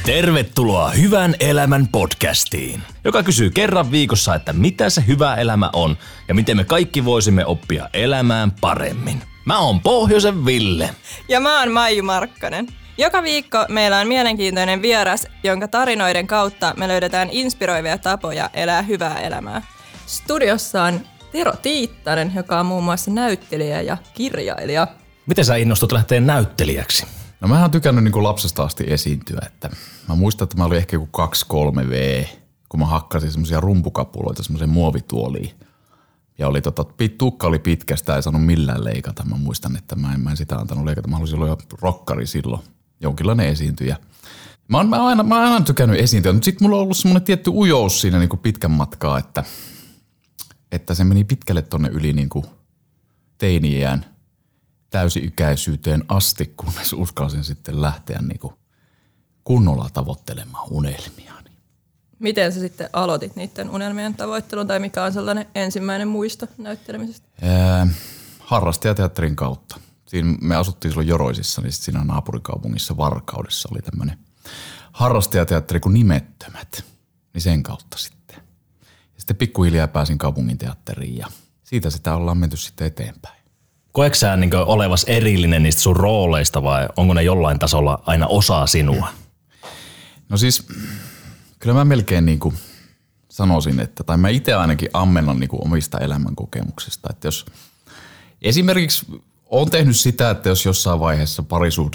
Tervetuloa Hyvän elämän podcastiin, joka kysyy kerran viikossa, että mitä se hyvä elämä on ja miten me kaikki voisimme oppia elämään paremmin. Mä oon Pohjoisen Ville. Ja mä oon Maiju Markkanen. Joka viikko meillä on mielenkiintoinen vieras, jonka tarinoiden kautta me löydetään inspiroivia tapoja elää hyvää elämää. Studiossa on Tero Tiittanen, joka on muun muassa näyttelijä ja kirjailija. Miten sä innostut lähteä näyttelijäksi? No mä oon tykännyt niin kuin lapsesta asti esiintyä, että mä muistan, että mä olin ehkä joku 2-3V, kun mä hakkasin semmosia rumpukapuloita semmoiseen muovituoliin. Ja oli tukka oli pitkä, sitä ei saanut millään leikata. Mä muistan, että mä en sitä antanut leikata. Mä halusin olla jo rokkari silloin, jonkinlainen esiintyjä. Mä oon aina tykännyt esiintyä, mutta sitten mulla on ollut semmoinen tietty ujous siinä niin kuin pitkän matkaa, että se meni pitkälle tonne yli niin kuin teini-iän täysi-ikäisyyteen asti, kunnes uskalsin sitten lähteä niin kuin kunnolla tavoittelemaan unelmia. Miten sä sitten aloitit niiden unelmien tavoittelun tai mikä on sellainen ensimmäinen muisto näyttelemisestä? Harrastajateatterin kautta. Siinä me asuttiin silloin Joroisissa, niin siinä naapurikaupungissa Varkaudessa oli tämmöinen harrastajateatteri kuin Nimettömät. Niin sen kautta sitten. Ja sitten pikkuhiljaa pääsin kaupungin teatteriin ja siitä sitä ollaan menty sitten eteenpäin. Koetko sä niin olevas erillinen niistä sun rooleista vai onko ne jollain tasolla aina osa sinua? No siis kyllä mä melkein niin kuin sanoisin, tai mä itse ainakin ammennan niin kuin omista elämänkokemuksista. Että jos esimerkiksi on tehnyt sitä, että jos jossain vaiheessa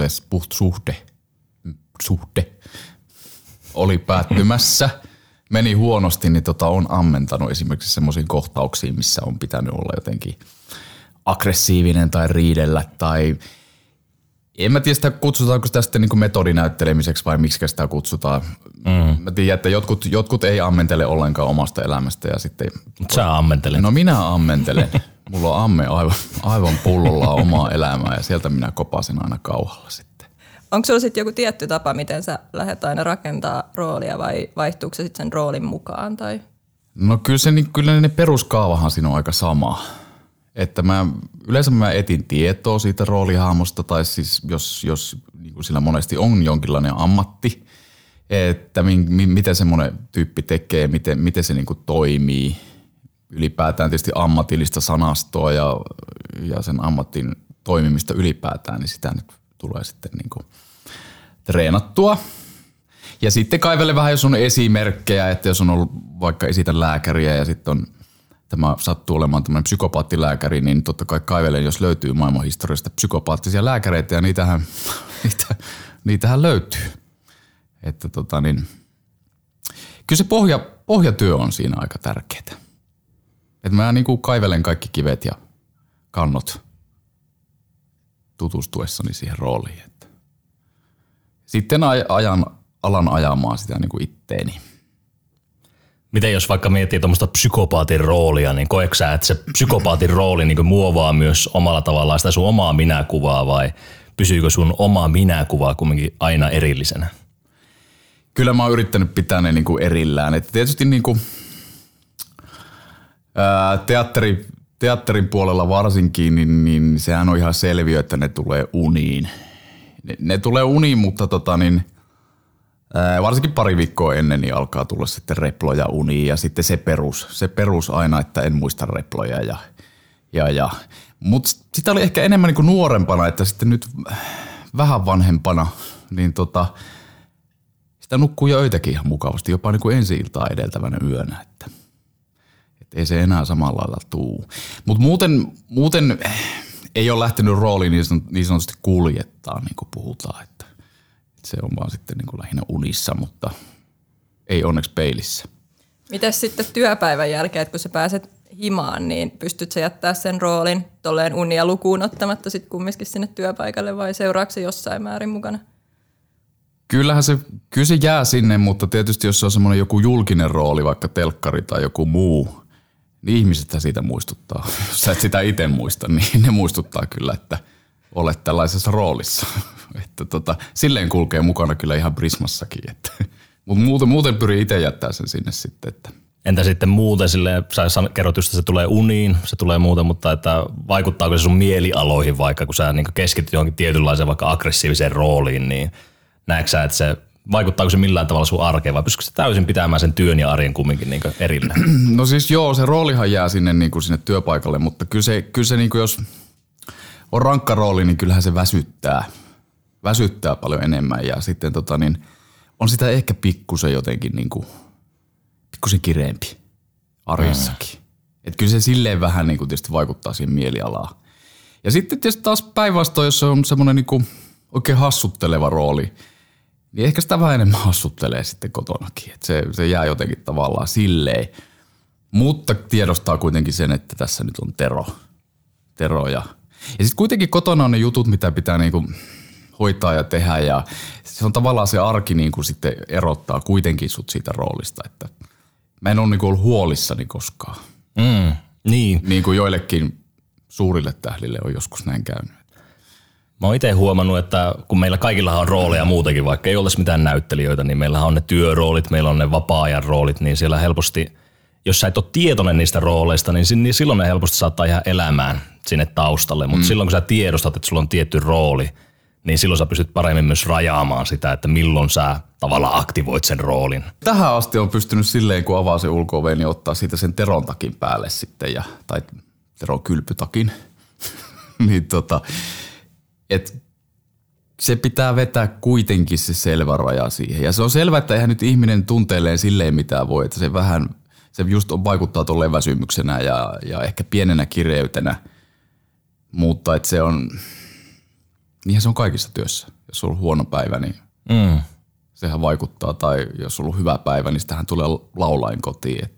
suhde oli päättymässä, meni huonosti, niin on ammentanut esimerkiksi semmoisiin kohtauksiin, missä on pitänyt olla jotenkin aggressiivinen tai riidellä tai en mä tiedä sitä kutsutaanko sitä sitten niin kuin metodinäyttelemiseksi vai miksi sitä kutsutaan. Mä tiedän, että jotkut ei ammentele ollenkaan omasta elämästä ja sitten sä ammentelet. No minä ammentelen. Mulla on amme aivan pullolla omaa elämää ja sieltä minä kopasin aina kauhalla sitten. Onko sulla sitten joku tietty tapa, miten sä lähdet aina rakentaa roolia vai vaihtuuko se sitten sen roolin mukaan? Tai? No kyllä ne peruskaavahan siinä on aika sama. Että yleensä mä etin tietoa siitä roolihahmosta tai siis jos niin kuin sillä monesti on jonkinlainen ammatti, että miten semmoinen tyyppi tekee, miten se niin kuin toimii. Ylipäätään tietysti ammatillista sanastoa ja sen ammatin toimimista ylipäätään, niin sitä nyt tulee sitten niin kuin treenattua. Ja sitten kaivele vähän, jos on esimerkkejä, että jos on ollut vaikka esitän lääkäriä ja sitten on tämä sattuu olemaan tämmöinen psykopaattilääkäri, niin totta kai kaivelen, jos löytyy maailmanhistoriasta psykopaattisia lääkäreitä ja niitähän löytyy. Että kyllä se pohjatyö on siinä aika tärkeää. Että mä niin kuin kaivelen kaikki kivet ja kannot tutustuessani siihen rooliin. Että sitten alan ajamaan sitä niin kuin itteeni. Miten jos vaikka miettii tuommoista psykopaatin roolia, niin koetko sä, että se psykopaatin rooli niin muovaa myös omalla tavallaan sitä sun omaa minäkuvaa vai pysyykö sun oma minäkuva kumminkin aina erillisenä? Kyllä mä oon yrittänyt pitää ne niin kuin erillään. Että tietysti niin kuin, teatterin puolella varsinkin, niin sehän on ihan selviö, että ne tulee uniin. Ne tulee uniin, mutta varsinkin pari viikkoa ennen niin alkaa tulla sitten reploja uniin ja sitten se perus aina, että en muista reploja ja. Mutta sitä oli ehkä enemmän niin kuin nuorempana, että sitten nyt vähän vanhempana, niin sitä nukkuu jo öitäkin ihan mukavasti, jopa niin kuin ensi-iltaa edeltävänä yönä, että ei se enää samalla lailla tuu. Mutta muuten ei ole lähtenyt rooliin niin sanotusti kuljettaa, niin kuin puhutaan, että se on vaan sitten niin kuin lähinnä unissa, mutta ei onneksi peilissä. Mitäs sitten työpäivän jälkeen, että kun sä pääset himaan, niin pystyt sä jättää sen roolin tolleen unia lukuun ottamatta sitten kumminkin sinne työpaikalle vai seuraako se jossain määrin mukana? Kyllä se jää sinne, mutta tietysti jos se on semmoinen joku julkinen rooli, vaikka telkkari tai joku muu, niin ihmisethän siitä muistuttaa. Jos sä et sitä itse muista, niin ne muistuttaa kyllä, että olet tällaisessa roolissa. Että silleen kulkee mukana kyllä ihan Prismassakin. Mutta muuten pyrin itse jättää sen sinne sitten. Että. Entä sitten muuten silleen, sä kerrot just, että se tulee uniin, se tulee muuten, mutta että vaikuttaako se sun mielialoihin vaikka, kun sä niin keskityt johonkin tietynlaiseen vaikka aggressiiviseen rooliin, niin näetkö sä, että se vaikuttaako se millään tavalla sun arkeen vai pystytkö sä täysin pitämään sen työn ja arjen kumminkin niin erillään? No siis joo, se roolihan jää sinne, niin kuin sinne työpaikalle, mutta kyllä se niin kuin jos on rankka rooli, niin kyllähän se väsyttää paljon enemmän ja sitten niin on sitä ehkä pikkusen jotenkin niin kuin, pikkusen kireempi arjessakin. Että kyllä se silleen vähän niin kuin tietysti vaikuttaa siihen mielialaan. Ja sitten tietysti taas päinvastoin, jos se on semmoinen niin kuin oikein hassutteleva rooli, niin ehkä sitä vähän enemmän hassuttelee sitten kotonakin. Että se jää jotenkin tavallaan silleen. Mutta tiedostaa kuitenkin sen, että tässä nyt on Tero ja sitten kuitenkin kotona on ne jutut, mitä pitää niinku hoitaa ja tehdä ja se on tavallaan se arki niinku sitten erottaa kuitenkin sut siitä roolista, että mä en ole niinku ollut huolissani koskaan. Niin kuin joillekin suurille tähdille on joskus näin käynyt. Mä oon itse huomannut, että kun meillä kaikilla on rooleja muutenkin, vaikka ei olisi mitään näyttelijöitä, niin meillä on ne työroolit, meillä on ne vapaa-ajan roolit, niin siellä helposti, jos sä et ole tietoinen niistä rooleista, niin silloin ne helposti saattaa ihan elämään sinne taustalle. Mutta silloin kun sä tiedostat, että sulla on tietty rooli, niin silloin sä pystyt paremmin myös rajaamaan sitä, että milloin sä tavallaan aktivoit sen roolin. Tähän asti on pystynyt silleen, kun avaa se ulko-oven, niin ottaa siitä sen Teron takin päälle sitten, tai Teron kylpytakin. niin että se pitää vetää kuitenkin se selvä raja siihen. Ja se on selvä, että eihän nyt ihminen tunteelleen silleen mitään voi, että se just vaikuttaa tuolleen väsymyksenä ja ehkä pienenä kireytenä, mutta että se on, niinhän se on kaikissa työssä. Jos on ollut huono päivä, niin sehän vaikuttaa, tai jos on ollut hyvä päivä, niin sitähän tulee laulain kotiin.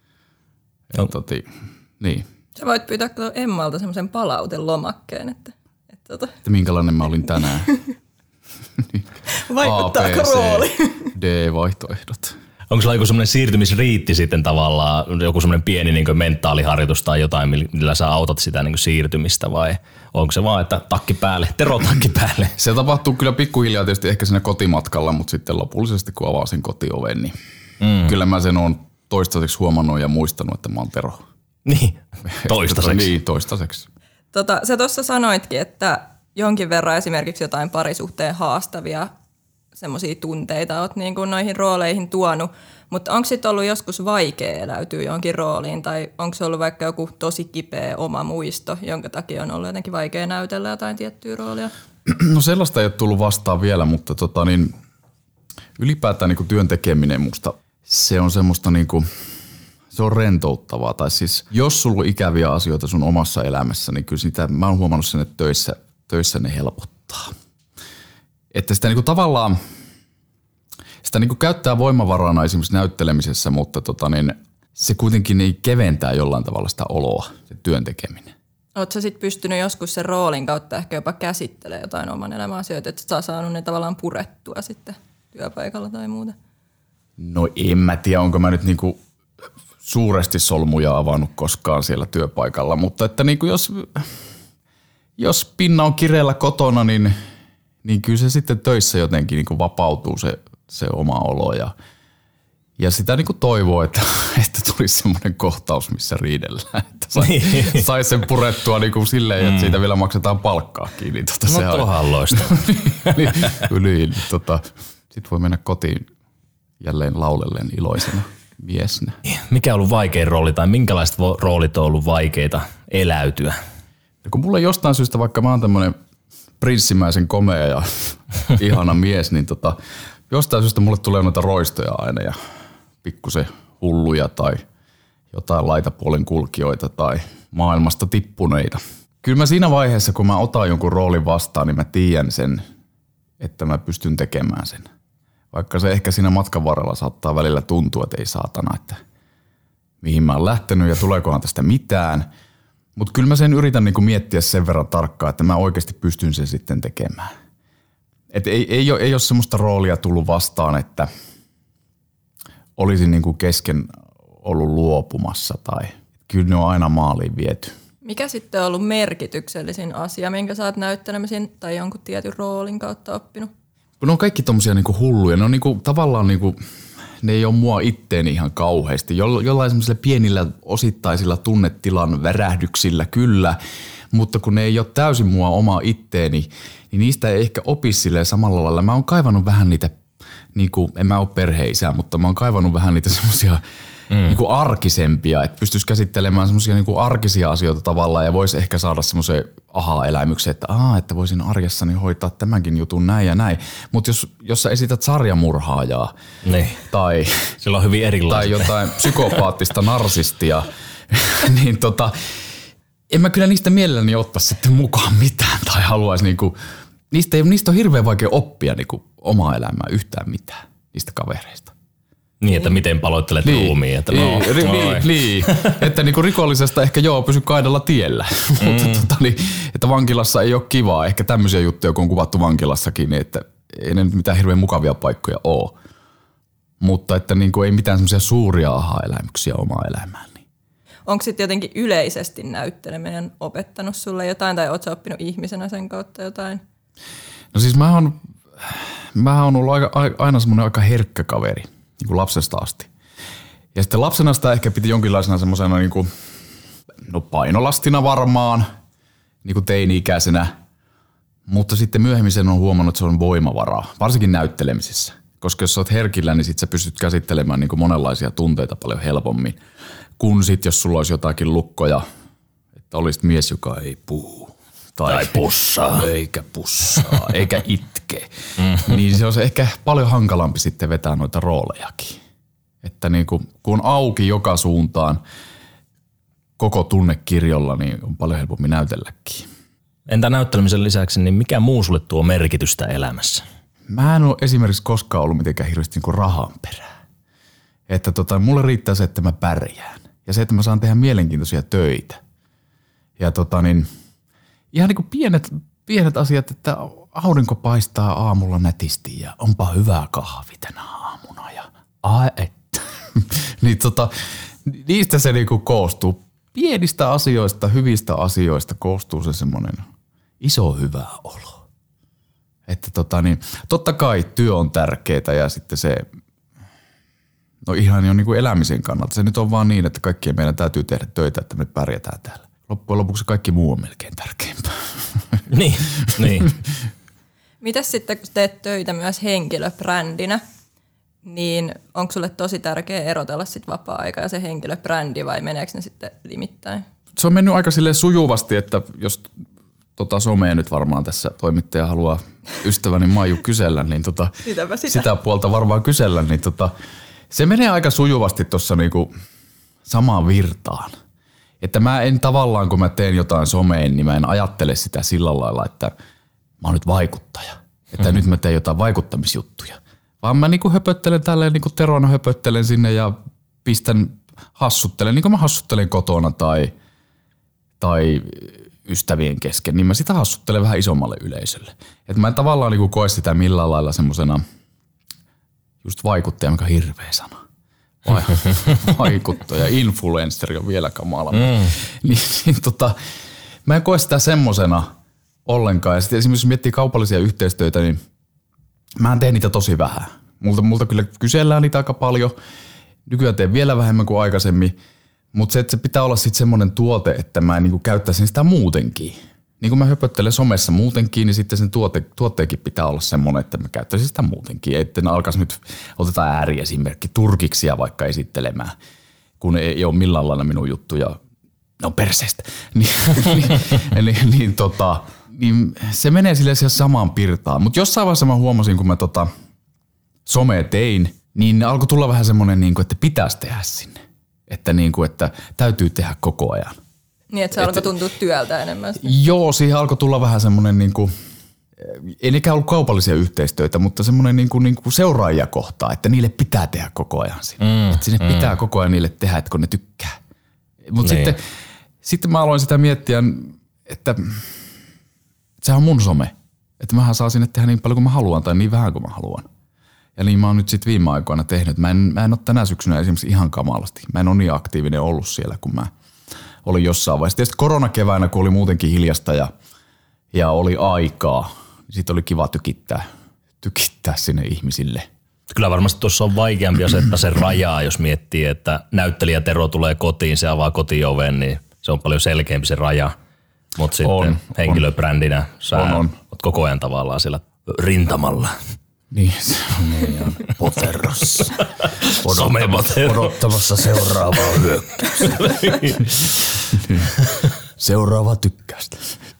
Niin. Sä voit pyytää Emmalta semmoisen palautelomakkeen, että minkälainen mä olin tänään. Vaikuttaako rooli? D-vaihtoehdot. Onko sulla joku semmoinen siirtymisriitti sitten tavallaan, joku semmoinen pieni niin kuin mentaaliharjoitus tai jotain, millä sä autat sitä niin kuin siirtymistä vai onko se vaan, että takki päälle, Tero takki päälle? Se tapahtuu kyllä pikkuhiljaa tietysti ehkä siinä kotimatkalla, mutta sitten lopullisesti kun avaa sen kotioven, niin kyllä mä sen oon toistaiseksi huomannut ja muistanut, että mä oon Tero. Niin, toistaiseksi. Niin, toistaiseksi. Sä tuossa sanoitkin, että jonkin verran esimerkiksi jotain parisuhteen haastavia semmoisia tunteita oot niin kuin noihin rooleihin tuonut, mutta onko sitten ollut joskus vaikea eläytyä johonkin rooliin tai onko se ollut vaikka joku tosi kipeä oma muisto, jonka takia on ollut jotenkin vaikea näytellä jotain tiettyä roolia? No sellaista ei ole tullut vastaan vielä, mutta ylipäätään niin työn tekeminen musta se on semmoista se on rentouttavaa. Tai siis jos sulla on ikäviä asioita sun omassa elämässä, niin kyllä mä oon huomannut sen, että töissä ne helpottaa. Että sitä tavallaan, sitä käyttää voimavarana esimerkiksi näyttelemisessä, mutta se kuitenkin ei keventää jollain tavalla sitä oloa, se työn tekeminen. Oletko sä sitten pystynyt joskus sen roolin kautta ehkä jopa käsittelemään jotain oman elämän asioita, että sä oot saanut ne tavallaan purettua sitten työpaikalla tai muuta? No en mä tiedä, onko mä nyt suuresti solmuja avannut koskaan siellä työpaikalla, mutta että jos pinna on kireellä kotona, niin kyllä se sitten töissä jotenkin vapautuu se oma olo ja sitä toivoo, että tulisi semmoinen kohtaus, missä riidellään, että sais sen purettua silleen, että siitä vielä maksetaan palkkaakin. Niin no tuohan loistava. Sitten voi mennä kotiin jälleen laulellen iloisena miesnä. Mikä on ollut vaikein rooli tai minkälaiset roolit on ollut vaikeita eläytyä? Ja kun mulla jostain syystä, vaikka mä oon tämmönen prinssimäisen komea ja ihana mies, niin jostain syystä mulle tulee noita roistoja aina ja pikkusen hulluja tai jotain laitapuolen kulkijoita tai maailmasta tippuneita. Kyllä mä siinä vaiheessa, kun mä otan jonkun roolin vastaan, niin mä tiedän sen, että mä pystyn tekemään sen. Vaikka se ehkä siinä matkan varrella saattaa välillä tuntua, että ei saatana, että mihin mä oon lähtenyt ja tuleekohan tästä mitään. Mutta kyllä mä sen yritän miettiä sen verran tarkkaan, että mä oikeasti pystyn sen sitten tekemään. Et ei ole semmoista roolia tullut vastaan, että olisin kesken ollut luopumassa tai kyllä ne on aina maaliin viety. Mikä sitten on ollut merkityksellisin asia, minkä sä oot näyttelemisen tai jonkun tietyn roolin kautta oppinut? Ne on kaikki tommosia hulluja. Ne on tavallaan ne ei ole mua itteeni ihan kauheasti. Jollain semmoisilla pienillä osittaisilla tunnetilan värähdyksillä kyllä, mutta kun ne ei ole täysin mua oma itteeni, niin niistä ei ehkä opi silleen samalla lailla. Mä oon kaivannut vähän niitä niinku, en mä ole perheisä, mutta mä oon kaivannut vähän niitä semmosia niinku arkisempia, että pystyisi käsittelemään semmosia niinku arkisia asioita tavallaan ja voisi ehkä saada semmoisen aha-elämyksen, että voisin arjessani hoitaa tämänkin jutun näin ja näin. Mutta jos sä esität sarjamurhaajaa tai, sillä on hyvin erilaisia. Tai jotain psykopaattista narsistia, niin en mä kyllä niistä mielelläni ottaisi sitten mukaan mitään tai haluaisi niinku, niistä on hirveän vaikea oppia niinku omaa elämää yhtään mitään niistä kavereista. Niin, että miten paloittelet ruumiin. Että niin, että niinku rikollisesta ehkä pysy kaidalla tiellä, mutta että vankilassa ei ole kivaa. Ehkä tämmöisiä juttuja, kun on kuvattu vankilassakin, niin että ei ne nyt mitään hirveän mukavia paikkoja ole. Mutta että niinku ei mitään semmoisia suuria aha-elämyksiä omaa elämään. Niin. Onko sitten jotenkin yleisesti näytteleminen opettanut sulle jotain tai ootko sä oppinut ihmisenä sen kautta jotain? No siis mä oon ollut aina semmoinen aika herkkä kaveri. Niin kuin lapsesta asti. Ja sitten lapsena sitä ehkä piti jonkinlaisena semmoisena niin kuin, painolastina varmaan, niin kuin teini-ikäisenä. Mutta sitten myöhemmin sen on huomannut, että se on voimavaraa, varsinkin näyttelemisessä. Koska jos sä oot herkillä, niin sit sä pystyt käsittelemään niin kuin monenlaisia tunteita paljon helpommin. Kun sit, jos sulla olisi jotakin lukkoja, että olisit mies, joka ei puhu. Tai pussaa. Eikä pussaa, eikä itke. Niin se on ehkä paljon hankalampi sitten vetää noita roolejakin. Että niinku, kun on auki joka suuntaan koko tunnekirjolla, niin on paljon helpommin näytelläkin. Entä näyttelemisen lisäksi, niin mikä muu sulle tuo merkitystä elämässä? Mä en ole esimerkiksi koskaan ollut mitenkään hirveästi niinku rahan perää. Että mulle riittää se, että mä pärjään. Ja se, että mä saan tehdä mielenkiintoisia töitä. Ja ihan niin kuin pienet asiat, että aurinko paistaa aamulla nätisti ja onpa hyvä kahvi tänä aamuna ja niin niistä se niinku koostuu. Pienistä asioista, hyvistä asioista koostuu se semmoinen iso hyvä olo. Että totta kai työ on tärkeää ja sitten se, ihan jo niinku elämisen kannalta. Se nyt on vaan niin, että kaikkien meidän täytyy tehdä töitä, että me pärjätään täällä. Loppujen lopuksi kaikki muu on melkein tärkeämpää. Niin. Mitäs sitten, kun teet töitä myös henkilöbrändinä, niin onko sulle tosi tärkeää erotella sit vapaa-aika ja se henkilöbrändi vai meneekö ne sitten limittäin? Se on mennyt aika silleen sujuvasti, että jos somea nyt varmaan tässä toimittaja haluaa ystäväni Maiju kysellä, niin sitä puolta varmaan kysellä, niin se menee aika sujuvasti tuossa niinku samaan virtaan. Että mä en tavallaan, kun mä teen jotain someen, niin mä en ajattele sitä sillä lailla, että mä oon nyt vaikuttaja. Että nyt mä teen jotain vaikuttamisjuttuja. Vaan mä niinku höpöttelen tälleen, niin kuin Terona höpöttelen sinne ja hassuttelen, niin kuin mä hassuttelen kotona tai ystävien kesken, niin mä sitä hassuttelen vähän isommalle yleisölle. Että mä en tavallaan niinku koe sitä millään lailla semmosena just vaikuttaja, mikä on hirveä sana. Vaikuttaja, influenssari on vielä kamalampi. Mä en koe sitä semmosena ollenkaan. Ja sitten esimerkiksi jos miettii kaupallisia yhteistyötä, niin mä en tee niitä tosi vähän. Multa kyllä kysellään niitä aika paljon. Nykyään teen vielä vähemmän kuin aikaisemmin. Mutta se pitää olla sitten semmoinen tuote, että mä niinku käyttäisin sitä muutenkin. Niin kuin mä höpöttelen somessa muutenkin, niin sitten sen tuotteekin pitää olla semmoinen, että mä käyttäisin sitä muutenkin. Että ne alkaisi nyt, otetaan ääriesimerkki, turkiksia vaikka esittelemään, kun ei ole millään lailla minun juttuja, ne on perseestä. Niin se menee silleen siihen samaan pirtaan. Mutta jossain vaiheessa mä huomasin, kun mä somea tein, niin alkoi tulla vähän semmoinen, että pitäisi tehdä sinne. Että täytyy tehdä koko ajan. Niin, että se alkoi tuntua työltä enemmän. Joo, siihen alkoi tulla vähän semmoinen, ei nekään ollut kaupallisia yhteistyötä, mutta semmoinen seuraajia kohtaa, että niille pitää tehdä koko ajan sinne. Että sinne pitää koko ajan niille tehdä, että kun ne tykkää. Mutta sitten mä aloin sitä miettiä, että sehän on mun some. Että mähän saa sinne tehdä niin paljon kuin mä haluan tai niin vähän kuin mä haluan. Ja niin mä oon nyt sitten viime aikoina tehnyt. Mä en ole tänä syksynä esimerkiksi ihan kamalasti. Mä en ole niin aktiivinen ollut siellä, kun mä olin jossain vaiheessa. Tietysti koronakeväänä, kun oli muutenkin hiljasta ja oli aikaa, niin sit oli kiva tykittää sinne ihmisille. Kyllä varmasti tuossa on vaikeampi asettaa sen rajaa, jos miettii, että näyttelijä Tero tulee kotiin, se avaa kotioven, niin se on paljon selkeämpi se raja. Mutta sitten henkilöbrändinä sä oot koko ajan tavallaan siellä rintamalla. Niin, se Niin on poterossa. Somepotero. Odottamassa seuraavaa hyökkäystä. Seuraava tykkäystä.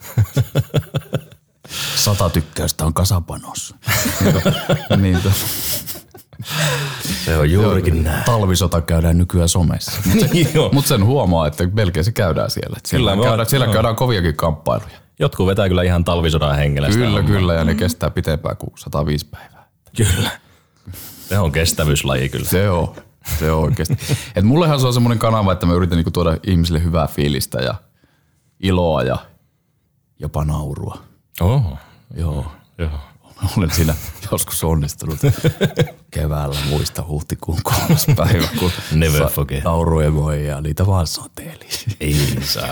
100 tykkäystä on kasapanossa. niin, Se on juurikin näin. talvisota käydään nykyään somessa. Mutta sen huomaa, että melkein se käydään siellä. Siellä käydään koviakin kamppailuja. Jotkut vetää kyllä ihan talvisodan hengellä. Kyllä, ja ne kestää pitempään kuin 105 päivää. Kyllä. Se on kestävyyslaji kyllä. Se on oikeasti. Et mullehan se on semmoinen kanava, että mä yritän niinku tuoda ihmisille hyvää fiilistä ja iloa ja jopa naurua. Joo. Olen siinä joskus onnistunut keväällä, muista huhtikuun 3. päivä, kun Never forget. nauruemoja ja niitä vaan sateli. Ei saa.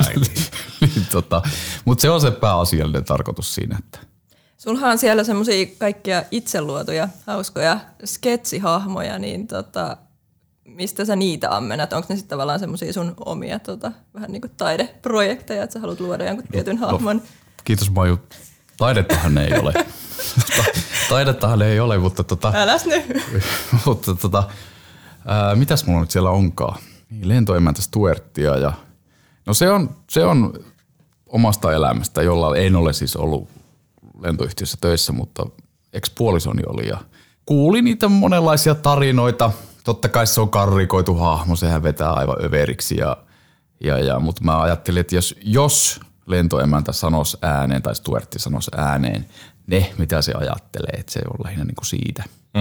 Mutta se on se pääasiallinen tarkoitus siinä, että Sulhan on siellä semmosia kaikkia itseluotuja, hauskoja sketsihahmoja, niin mistä sä niitä ammennat? Onko ne sitten tavallaan semmosia sun omia vähän niinku taideprojekteja, että sä haluat luoda jonkun tietyn hahmon? Kiitos Maju. Taidettahan ei ole. Taidettahan ei ole, mutta Äläs nyt. mutta mitäs mulla nyt siellä onkaan? Niin, lentoemäntä Stuartia ja no se on omasta elämästä, jolla en ole siis ollut lentoyhtiössä töissä, mutta ex-puolisoni oli ja kuulin niitä monenlaisia tarinoita. Totta kai se on karrikoitu hahmo, sehän vetää aivan överiksi mutta mä ajattelin, että jos lentoemäntä sanoisi ääneen tai Stuartti sanoisi ääneen ne, mitä se ajattelee, että se on lähinnä niin kuin siitä.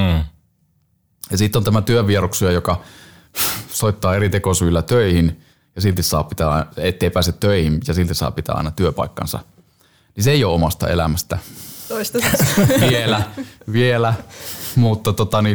Ja sitten on tämä työvieruksuja, joka soittaa eri tekosyillä töihin ja silti saa pitää, ettei pääse töihin ja silti saa pitää aina työpaikkansa. Niin se ei ole omasta elämästä. Toistaiseksi. Vielä. Mutta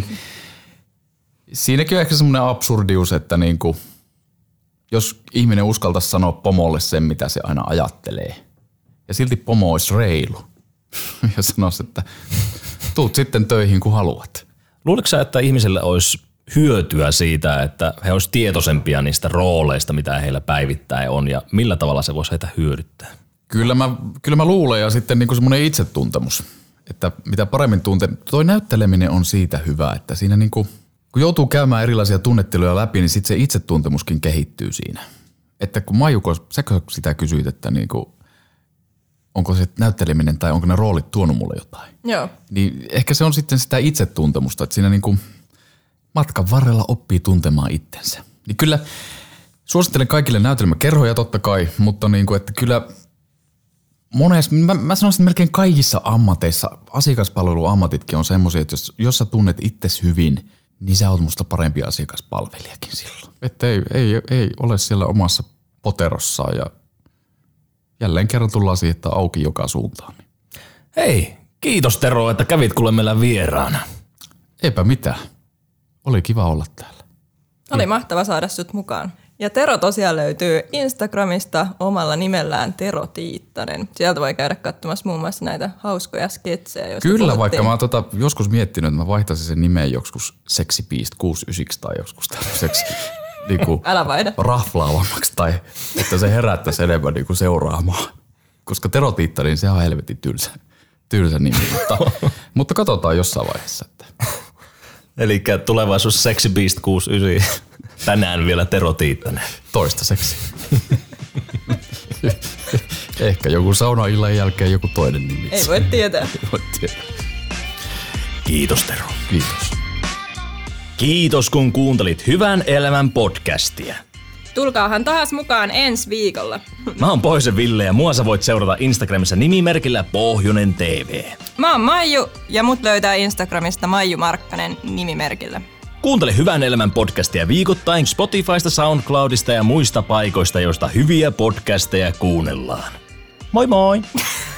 siinäkin on ehkä semmoinen absurdius, että niinku, jos ihminen uskaltaisi sanoa pomolle sen, mitä se aina ajattelee, ja silti pomo olisi reilu, ja sanoisi, että tuut sitten töihin, kun haluat. Luuletko sä, että ihmiselle olisi hyötyä siitä, että he olisivat tietoisempia niistä rooleista, mitä heillä päivittäin on, ja millä tavalla se voisi heitä hyödyttää? Kyllä mä luulen, ja sitten niinku semmoinen itsetuntemus, että mitä paremmin toi näytteleminen on siitä hyvä, että siinä niinku, kun joutuu käymään erilaisia tunnetteluja läpi, niin sitten se itsetuntemuskin kehittyy siinä. Että kun Maijuko, säkö sitä kysyit, että niinku, onko se näytteleminen tai onko ne roolit tuonut mulle jotain? Joo. Niin ehkä se on sitten sitä itsetuntemusta, että siinä niinku matkan varrella oppii tuntemaan itsensä. Niin kyllä suosittelen kaikille näytelmäkerhoja totta kai, mutta niinku, että kyllä monessa, mä sanoisin, että melkein kaikissa ammateissa, asiakaspalveluammatitkin on semmoisia, että jos sä tunnet itsesi hyvin, niin sä oot musta parempi asiakaspalvelijakin silloin. Että ei ole siellä omassa poterossaan ja jälleen kerran tullaan siihen, että auki joka suuntaan. Hei, kiitos Tero, että kävit kuule meillä vieraana. Eipä mitään. Oli kiva olla täällä. Oli mahtava saada sut mukaan. Ja Tero tosiaan löytyy Instagramista omalla nimellään Tero Tiittanen. Sieltä voi käydä katsomassa muun muassa näitä hauskoja sketsejä, joista Kyllä, puhuttiin. vaikka mä oon joskus miettinyt, että mä vaihtaisin sen nimen joskus Sexy Beast 69 tai joskus tämmöiseksi niinku Älä vaihda. raflaavammaksi tai että se herättäisi enemmän niinku seuraamaan. Koska Tero Tiittanen, se on helvetin tylsä nimi, mutta katsotaan jossain vaiheessa. Että. Eli tulevaisuus Sexy Beast 69. Tänään vielä Tero Tiittanen. Toistaiseksi. Ehkä joku saunaillan jälkeen joku toinen nimi. Ei voi tietää. Kiitos Tero. Kiitos. Kiitos kun kuuntelit Hyvän elämän podcastia. Tulkaahan taas mukaan ensi viikolla. Mä oon Pohjoisen Ville ja mua sä voit seurata Instagramissa nimimerkillä Pohjonen TV. Mä oon Maiju ja mut löytää Instagramista Maiju Markkanen nimimerkillä. Kuuntele Hyvän elämän podcastia viikoittain Spotifysta, SoundCloudista ja muista paikoista, joista hyviä podcasteja kuunnellaan. Moi moi!